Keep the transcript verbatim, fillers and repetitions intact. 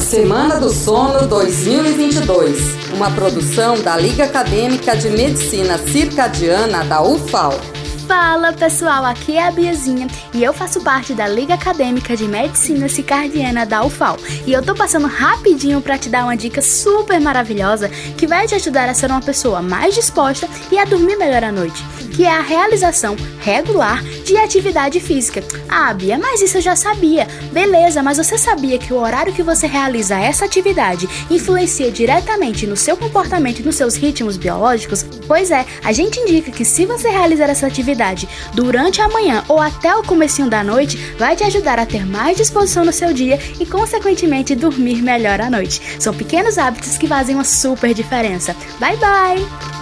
Semana do Sono dois mil e vinte e dois, uma produção da Liga Acadêmica de Medicina Circadiana da U F A L. Fala pessoal, aqui é a Biazinha e eu faço parte da Liga Acadêmica de Medicina Circadiana da U F A L. E eu tô passando rapidinho pra te dar uma dica super maravilhosa que vai te ajudar a ser uma pessoa mais disposta e a dormir melhor à noite, que é a realização regular de atividade física. Ah, Bia, mas isso eu já sabia. Beleza, mas você sabia que o horário que você realiza essa atividade influencia diretamente no seu comportamento e nos seus ritmos biológicos? Pois é, a gente indica que se você realizar essa atividade durante a manhã ou até o comecinho da noite, vai te ajudar a ter mais disposição no seu dia e, consequentemente, dormir melhor à noite. São pequenos hábitos que fazem uma super diferença. Bye, bye!